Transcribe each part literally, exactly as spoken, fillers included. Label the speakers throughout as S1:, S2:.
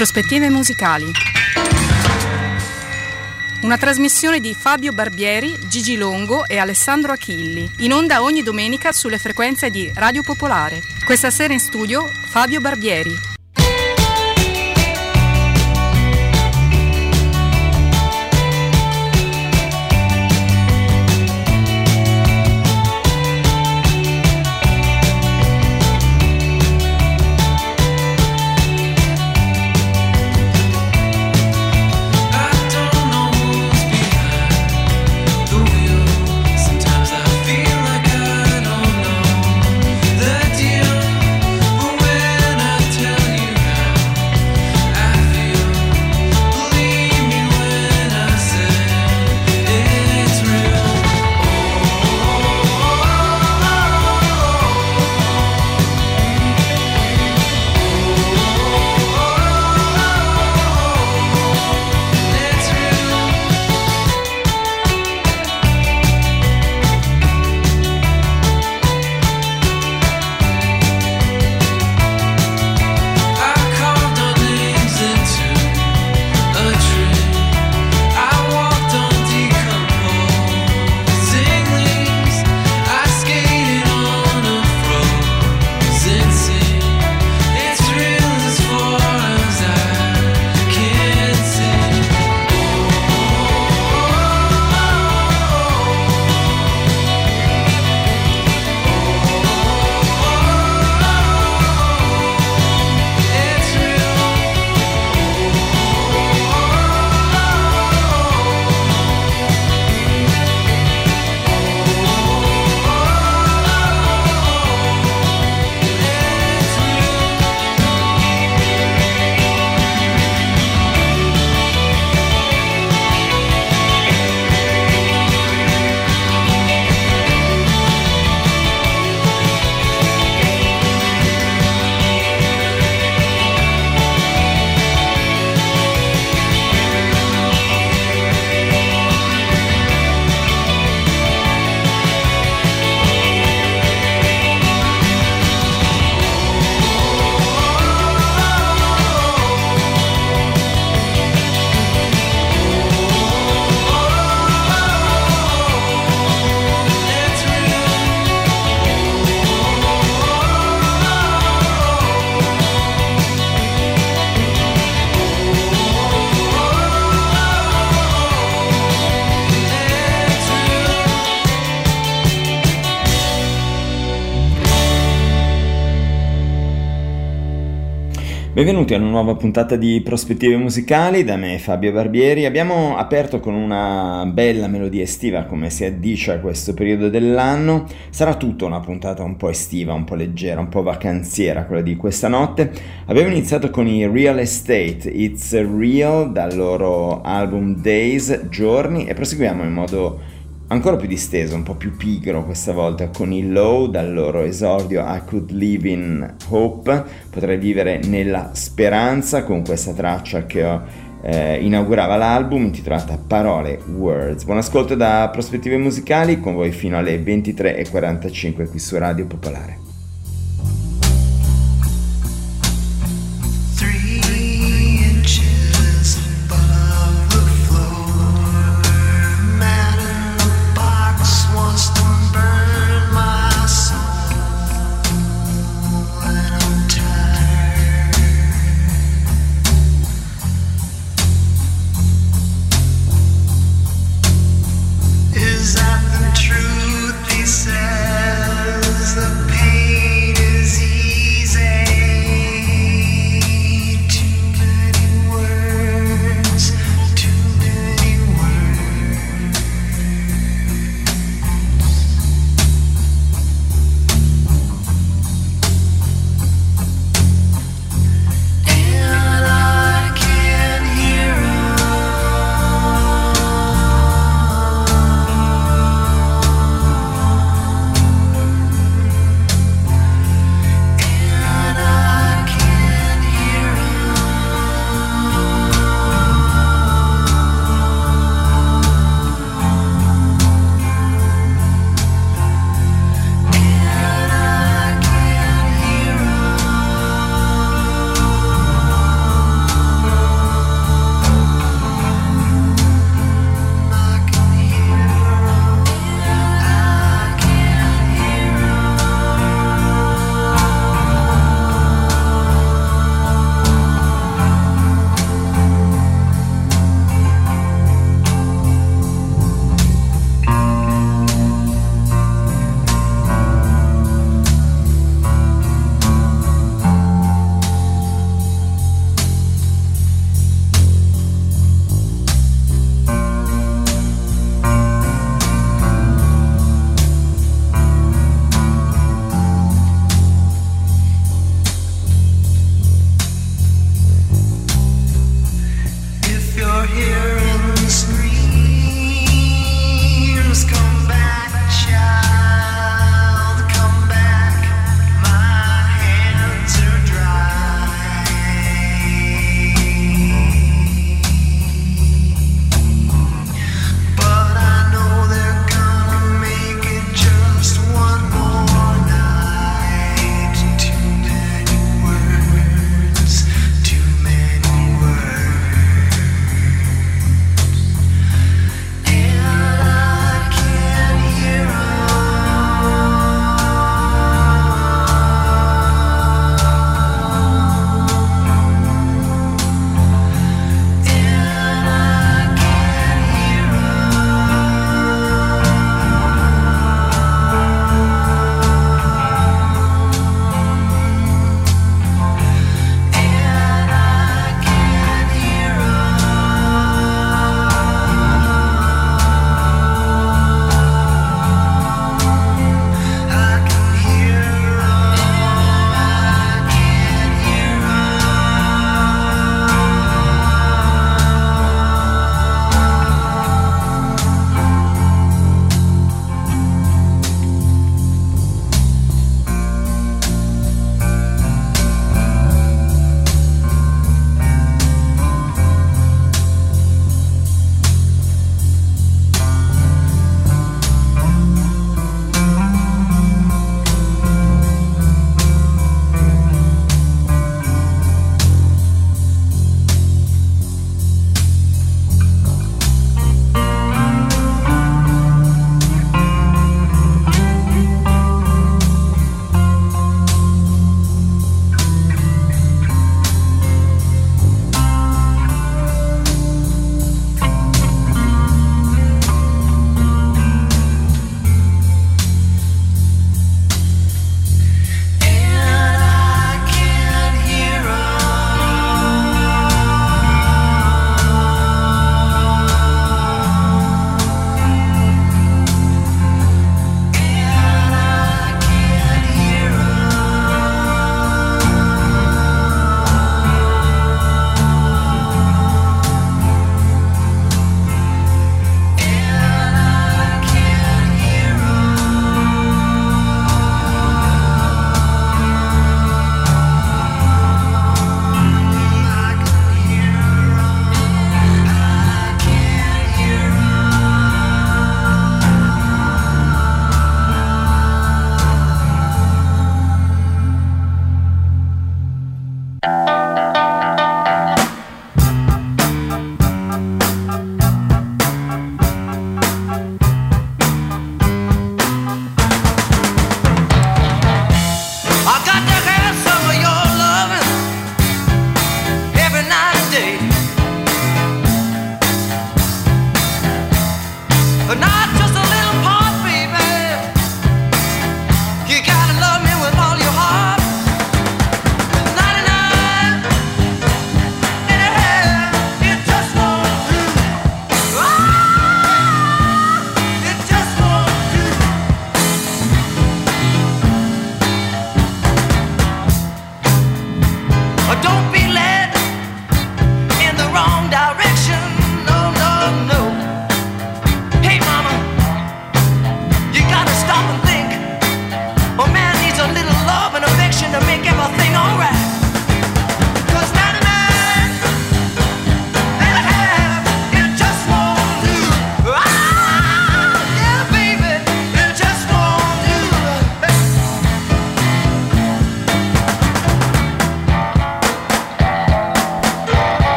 S1: Prospettive musicali. Una trasmissione di Fabio Barbieri, Gigi Longo e Alessandro Achilli, in onda ogni domenica sulle frequenze di Radio Popolare. Questa sera in studio Fabio Barbieri.
S2: Benvenuti a una nuova puntata di Prospettive musicali, da me Fabio Barbieri. Abbiamo aperto con una bella melodia estiva, come si addice a questo periodo dell'anno. Sarà tutta una puntata un po' estiva, un po' leggera, un po' vacanziera quella di questa notte. Abbiamo iniziato con i Real Estate, It's Real, dal loro album Days, Giorni, e proseguiamo in modo ancora più disteso, un po' più pigro questa volta, con i Low, dal loro esordio I Could Live in Hope, potrei vivere nella speranza, con questa traccia che ho, eh, inaugurava l'album, intitolata Parole, Words. Buon ascolto da Prospettive musicali, con voi fino alle ventitré e quarantacinque qui su Radio Popolare.
S3: Is that the truth he says? The pain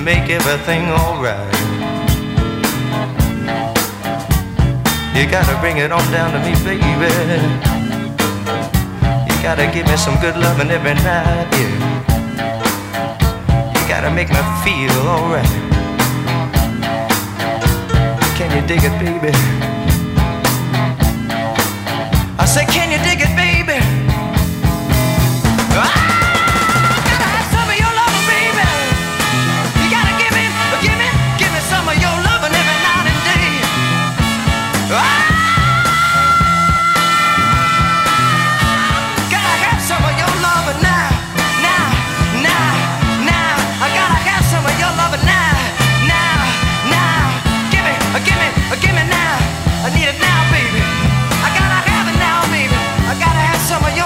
S3: make everything alright. You gotta bring it on down to me, baby. You gotta give me some good loving every night, yeah. You gotta make me feel alright. Can you dig it, baby? I say, can you dig it, baby? Ah! Give me now, I need it now, baby. I gotta have it now, baby. I gotta have some of your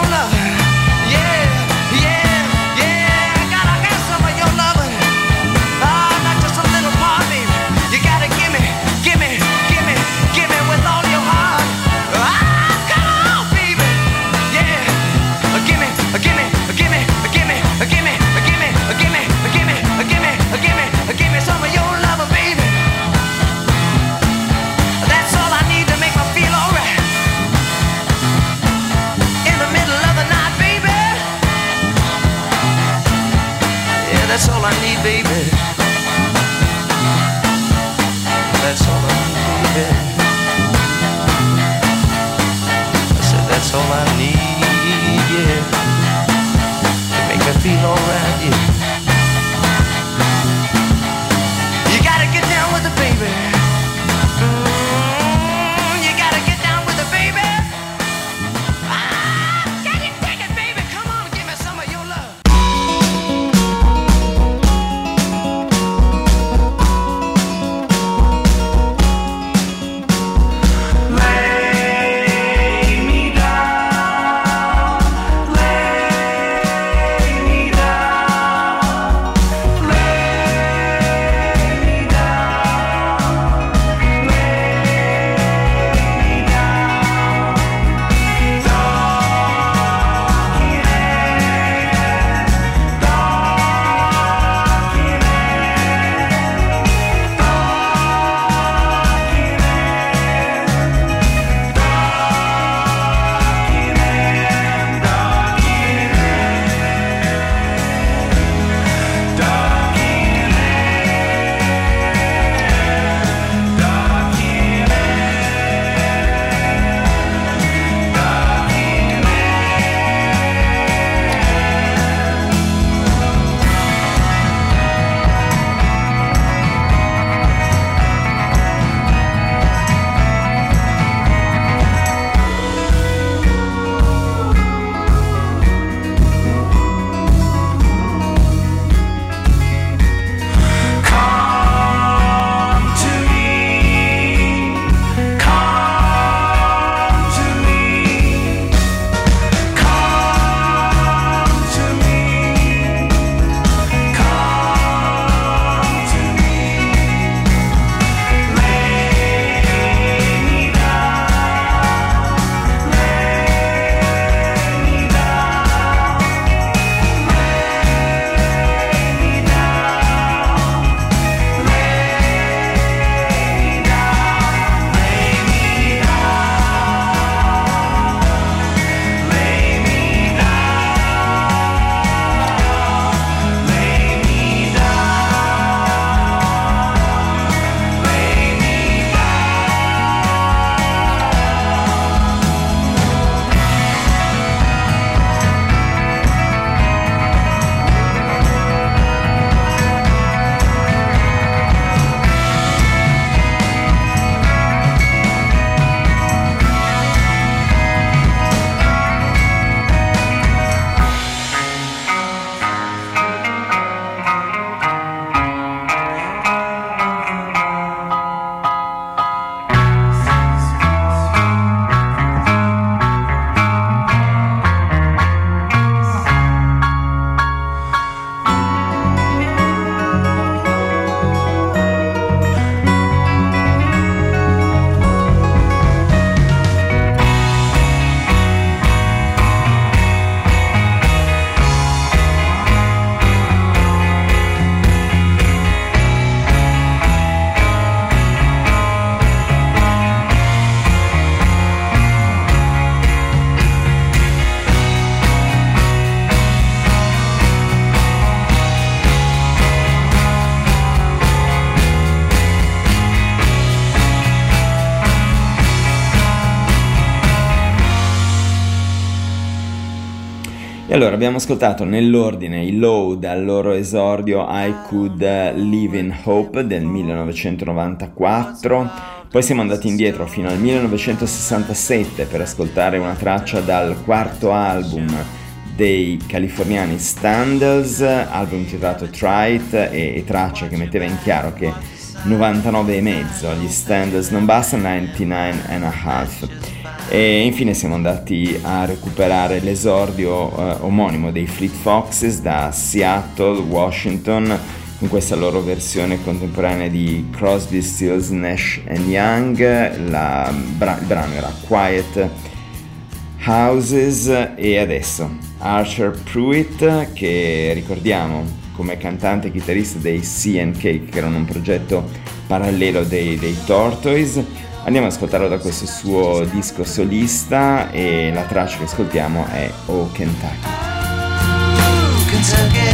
S2: E allora abbiamo ascoltato nell'ordine i Low dal loro esordio I Could Live in Hope del millenovecentonovantaquattro, poi siamo andati indietro fino al millenovecentosessantasette per ascoltare una traccia dal quarto album dei californiani Standards, album intitolato Try It, e, e traccia che metteva in chiaro che novantanove e mezzo agli Standards non basta, novantanove and a half. E infine siamo andati a recuperare l'esordio eh, omonimo dei Fleet Foxes da Seattle, Washington, con questa loro versione contemporanea di Crosby, Stills, Nash and Young. La, bra- il brano era Quiet Houses, e adesso Archer Pruitt, che ricordiamo come cantante e chitarrista dei Sea and Cake, che erano un progetto parallelo dei, dei Tortoise. Andiamo ad ascoltarlo da questo suo disco solista, e la traccia che ascoltiamo è Oh Kentucky.
S3: Oh, Kentucky.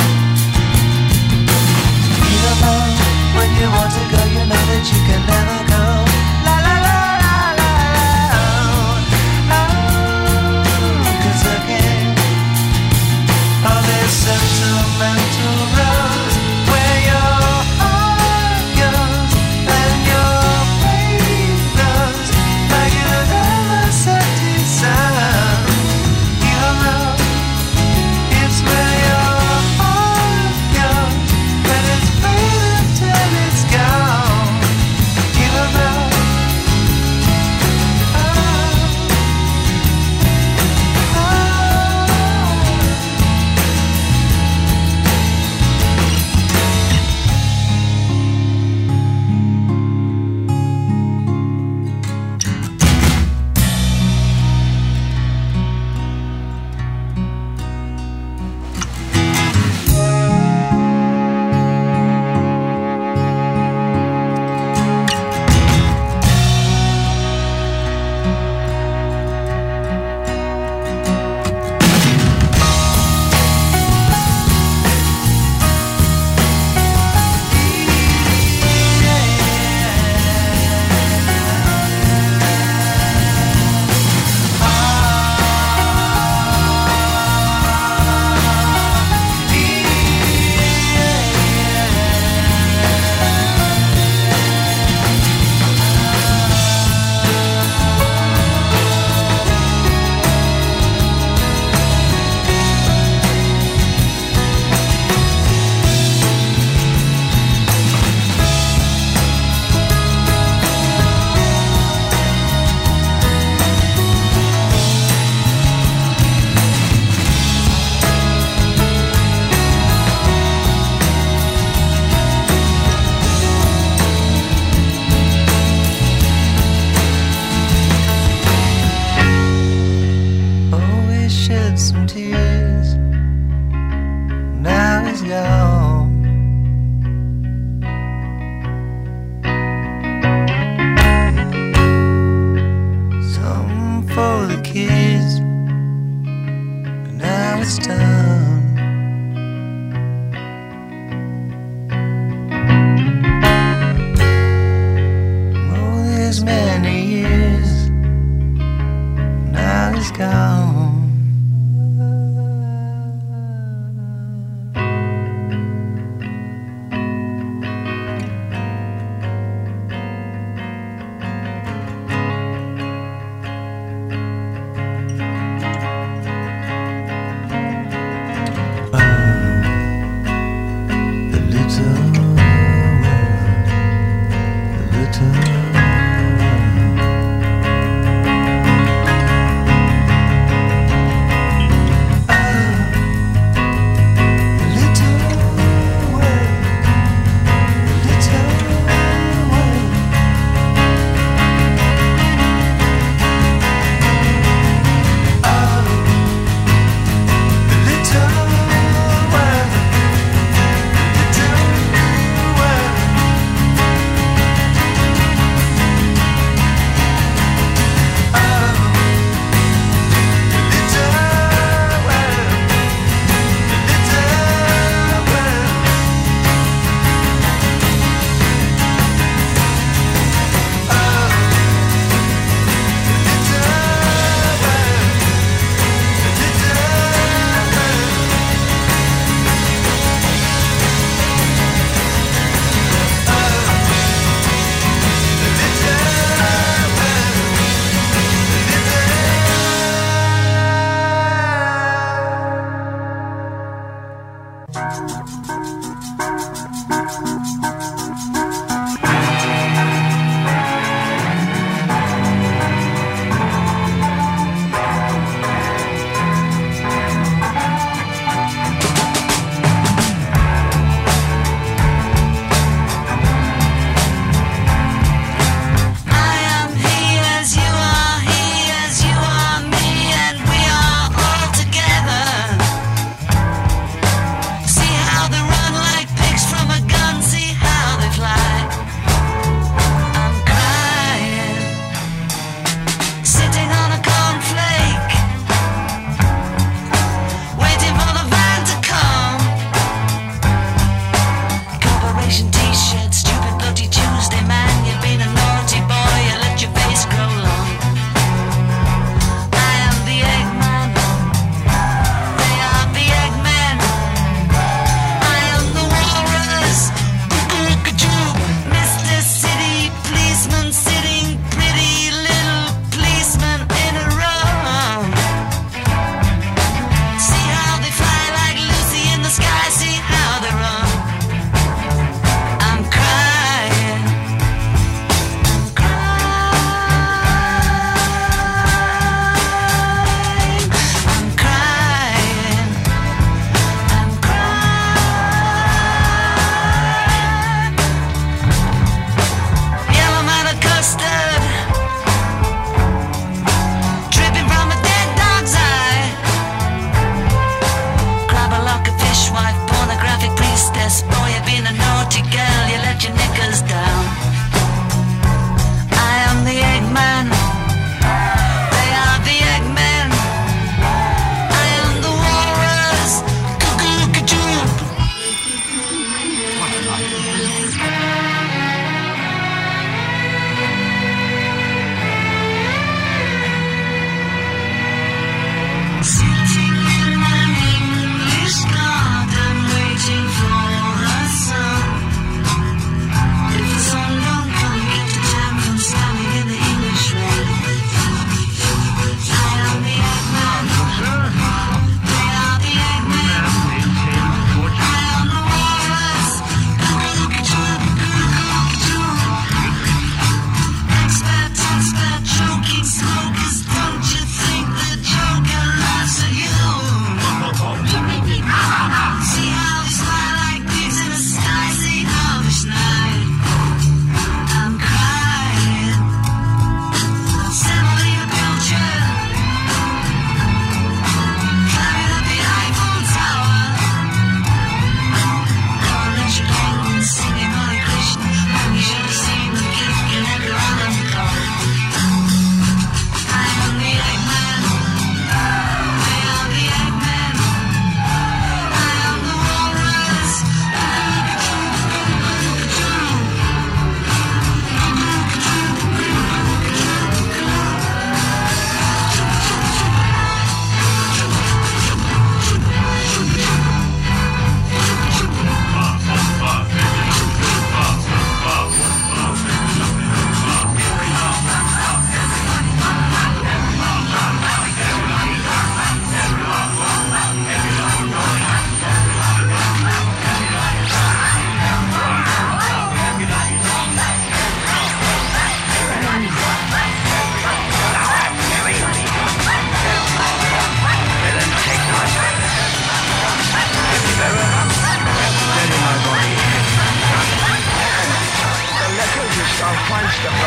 S3: Even though when you want to go, you know that you can never go. La la la la la la. Oh, Kentucky. On this sentimental road where your heart goes and your faith knows, like you never set it sound. Even though it's where your heart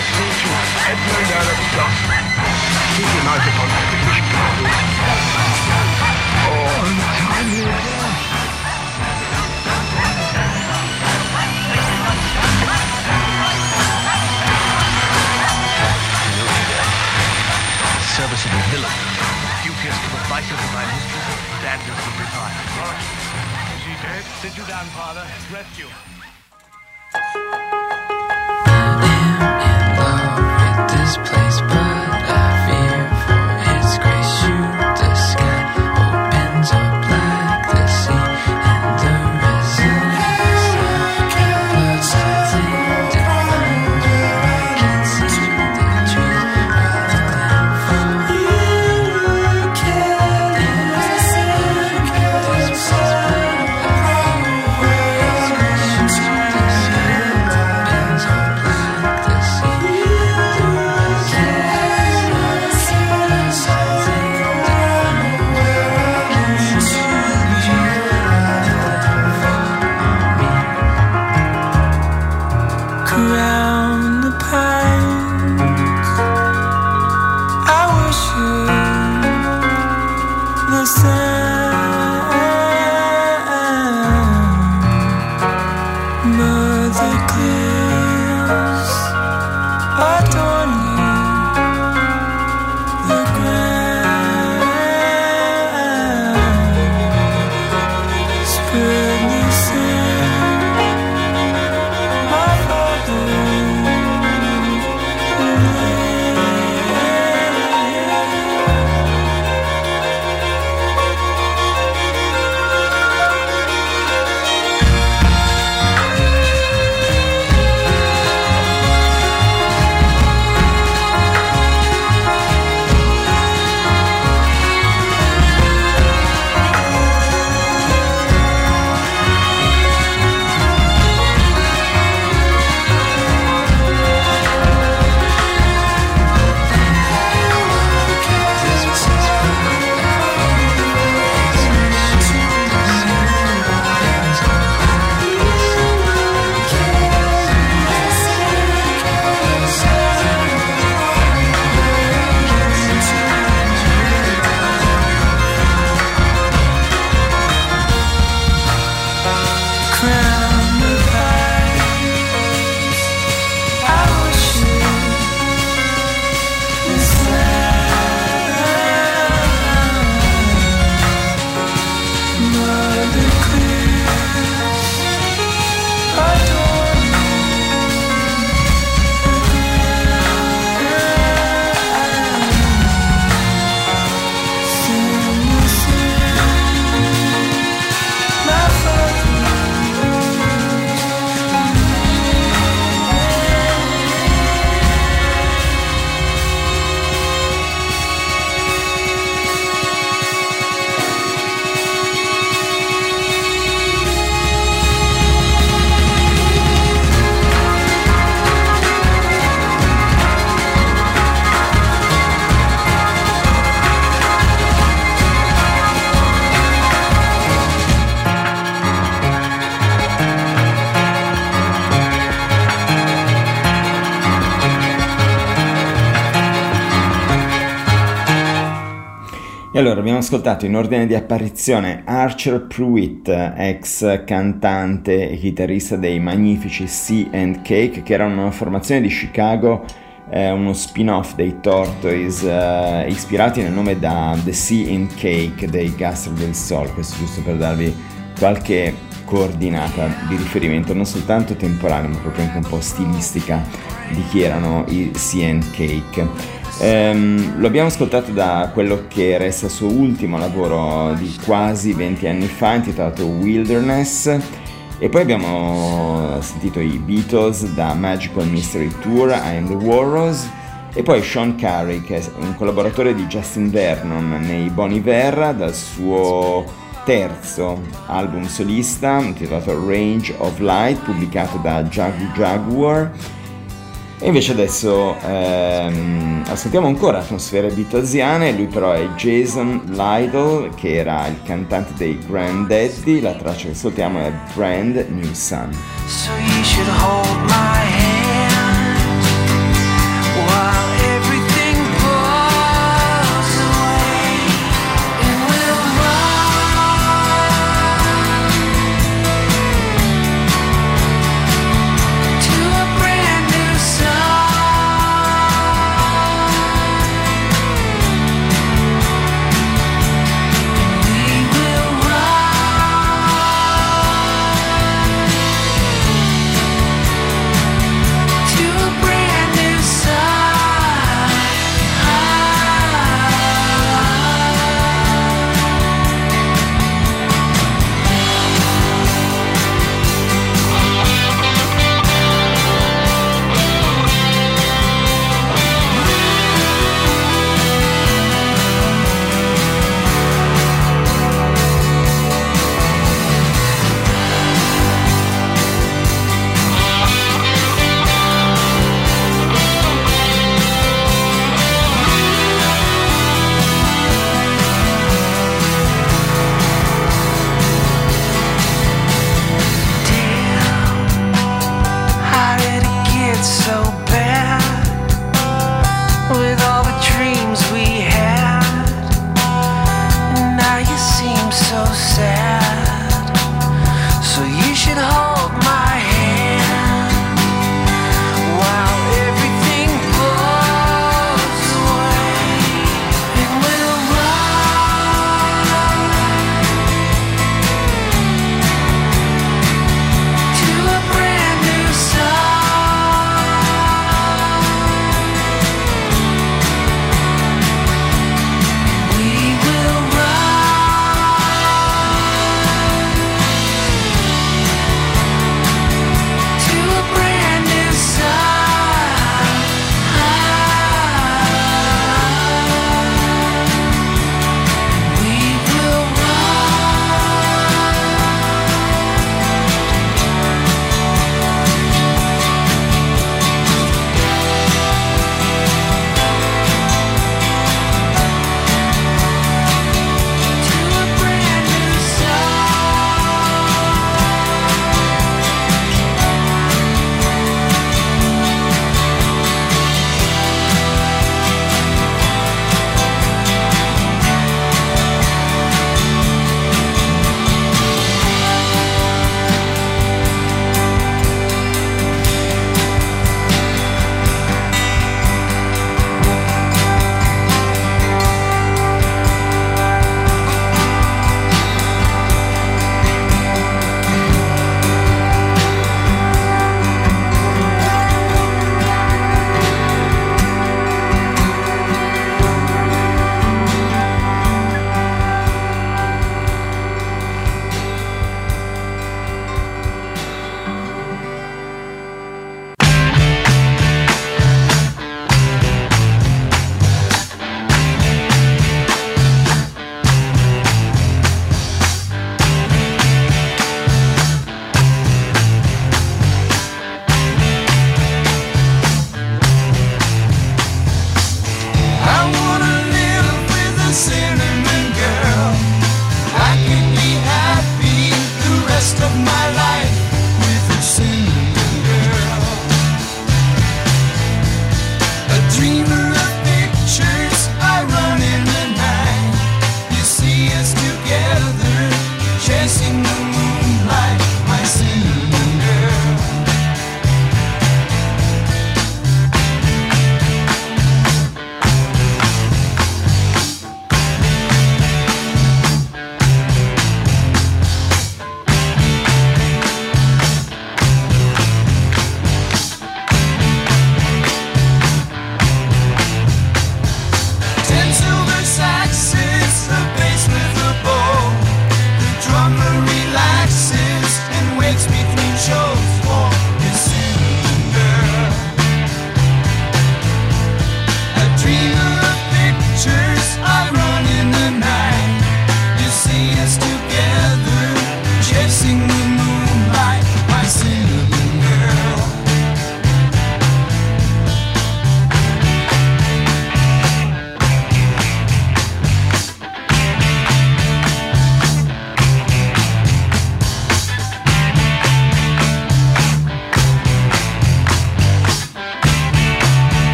S4: see to Edmund Earl of Gloucester. Keep him out upon the British borders. Oh, untimely death.
S5: Serviceable villain, duteous to the vices of my mistress, standards of desire.
S4: Is he dead? Sit you down, father. Rest you.
S6: This place, but I fear for its grace. Shoot the sky, opens up like the sea, and the resonance of something defined where I can see the trees rather than fall. You can listen, this place, but I fear for its grace. Shoot the sky, opens up like the sea. Around the pines, I worship the sun, but the cliffs adorning the ground spread the sand. My father.
S2: E allora abbiamo ascoltato in ordine di apparizione Archer Pruitt, ex cantante e chitarrista dei magnifici Sea and Cake, che era una formazione di Chicago, eh, uno spin-off dei Tortoise, eh, ispirati nel nome da The Sea and Cake dei Guster del Sol. Questo giusto per darvi qualche coordinata di riferimento, non soltanto temporale ma proprio anche un po' stilistica di chi erano i Sea and Cake. Um, lo abbiamo ascoltato da quello che resta il suo ultimo lavoro di quasi venti anni fa, intitolato Wilderness, e poi abbiamo sentito i Beatles da Magical Mystery Tour, I Am The Walrus, e poi Sean Carey, che è un collaboratore di Justin Vernon nei Bon Iver, dal suo terzo album solista intitolato Range of Light, pubblicato da Jag- Jaguar. E invece adesso ehm, ascoltiamo ancora atmosfere beatlesiane. Lui però è Jason Lytle, che era il cantante dei Granddaddy. La traccia che ascoltiamo è Brand New Sun.
S3: So you should hold my hand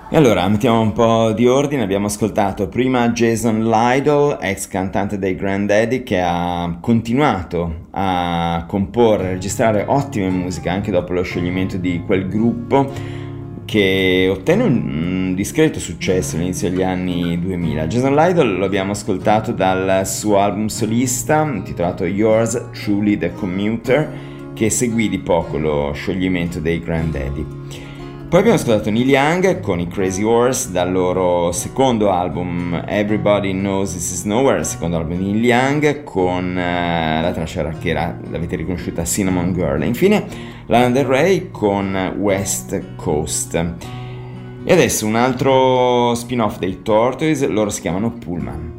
S2: E allora mettiamo un po' di ordine. Abbiamo ascoltato prima Jason Lytle, ex cantante dei Grandaddy, che ha continuato a comporre, a registrare ottime musiche anche dopo lo scioglimento di quel gruppo, che ottenne un discreto successo all'inizio degli anni duemila. Jason Lytle lo abbiamo ascoltato dal suo album solista intitolato Yours Truly the Commuter, che seguì di poco lo scioglimento dei Grandaddy. Poi abbiamo ascoltato Neil Young con i Crazy Horse dal loro secondo album Everybody Knows This Is Nowhere, il secondo album di Neil Young, con uh, la traccia che era, l'avete riconosciuta, Cinnamon Girl. E infine Lana Del Rey con West Coast. E adesso un altro spin-off dei Tortoise, loro si chiamano Pullman.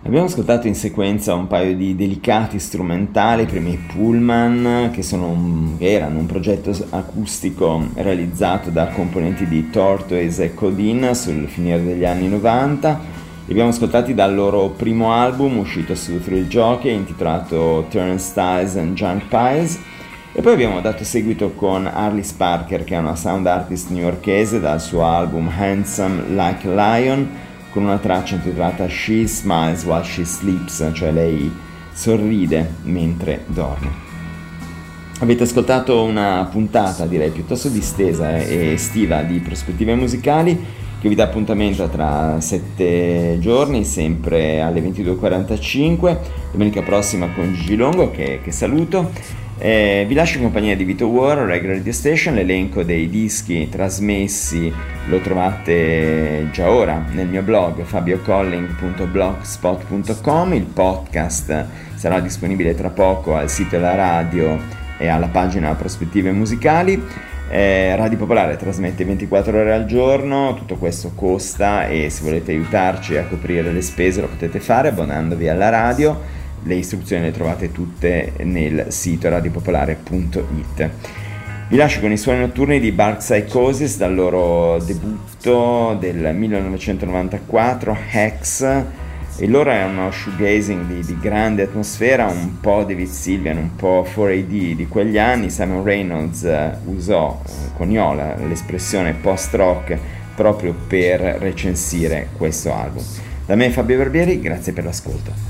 S2: Abbiamo ascoltato in sequenza un paio di delicati strumentali, prima i Pullman, che, sono un, che erano un progetto acustico realizzato da componenti di Tortoise e Codin sul finire degli anni novanta. Li abbiamo ascoltati dal loro primo album uscito su Thrill Jockey, intitolato Turnstiles and Junk Pies, e poi abbiamo dato seguito con Arliss Parker, che è una sound artist newyorkese, dal suo album Handsome Like a Lion, con una traccia intitolata She Smiles While She Sleeps, cioè lei sorride mentre dorme. Avete ascoltato una puntata, direi, piuttosto distesa e estiva di Prospettive Musicali, che vi dà appuntamento tra sette giorni, sempre alle ventidue e quarantacinque, domenica prossima con Gigi Longo, che, che saluto. Eh, vi lascio in compagnia di Vito War, Reggae Radio Station. L'elenco dei dischi trasmessi lo trovate già ora nel mio blog fabiocolling punto blogspot punto com. Il podcast sarà disponibile tra poco al sito della radio e alla pagina Prospettive Musicali. eh, Radio Popolare trasmette ventiquattro ore al giorno, tutto questo costa, e se volete aiutarci a coprire le spese lo potete fare abbonandovi alla radio. Le istruzioni le trovate tutte nel sito radiopopolare punto it. Vi lascio con i suoni notturni di Bark Psychosis dal loro debutto del millenovecentonovantaquattro, Hex. Il loro è uno shoegazing di, di grande atmosfera, un po' David Sylvian, un po' quattro A D di quegli anni. Simon Reynolds uh, usò, uh, coniola l'espressione post-rock proprio per recensire questo album. Da me Fabio Barbieri, grazie per l'ascolto.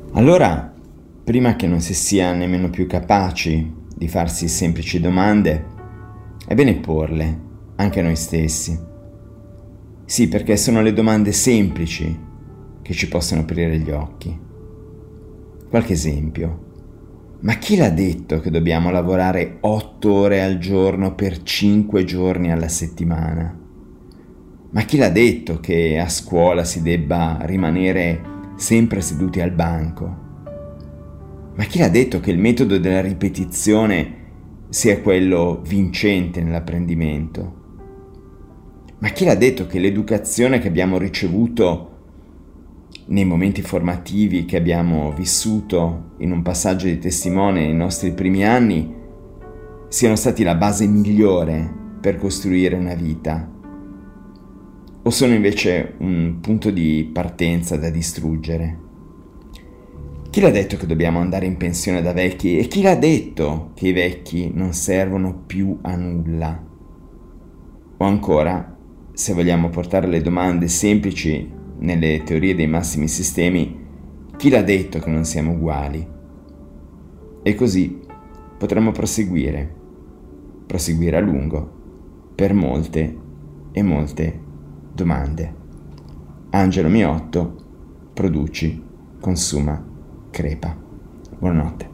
S2: Allora, prima che non si sia nemmeno più capaci di farsi semplici domande, è bene porle anche a noi stessi. Sì, perché sono le domande semplici che ci possono aprire gli occhi. Qualche esempio. Ma chi l'ha detto che dobbiamo lavorare otto ore al giorno per cinque giorni alla settimana? Ma chi l'ha detto che a scuola si debba rimanere sempre seduti al banco? Ma chi l'ha detto che il metodo della ripetizione sia quello vincente nell'apprendimento? Ma chi l'ha detto che l'educazione che abbiamo ricevuto nei momenti formativi che abbiamo vissuto in un passaggio di testimone nei nostri primi anni siano stati la base migliore per costruire una vita? O sono invece un punto di partenza da distruggere? Chi l'ha detto che dobbiamo andare in pensione da vecchi? E chi l'ha detto che i vecchi non servono più a nulla? O ancora, se vogliamo portare le domande semplici nelle teorie dei massimi sistemi, chi l'ha detto che non siamo uguali? E così potremo proseguire, proseguire a lungo, per molte e molte domande. Angelo Miotto, produci, consuma, crepa. Buonanotte.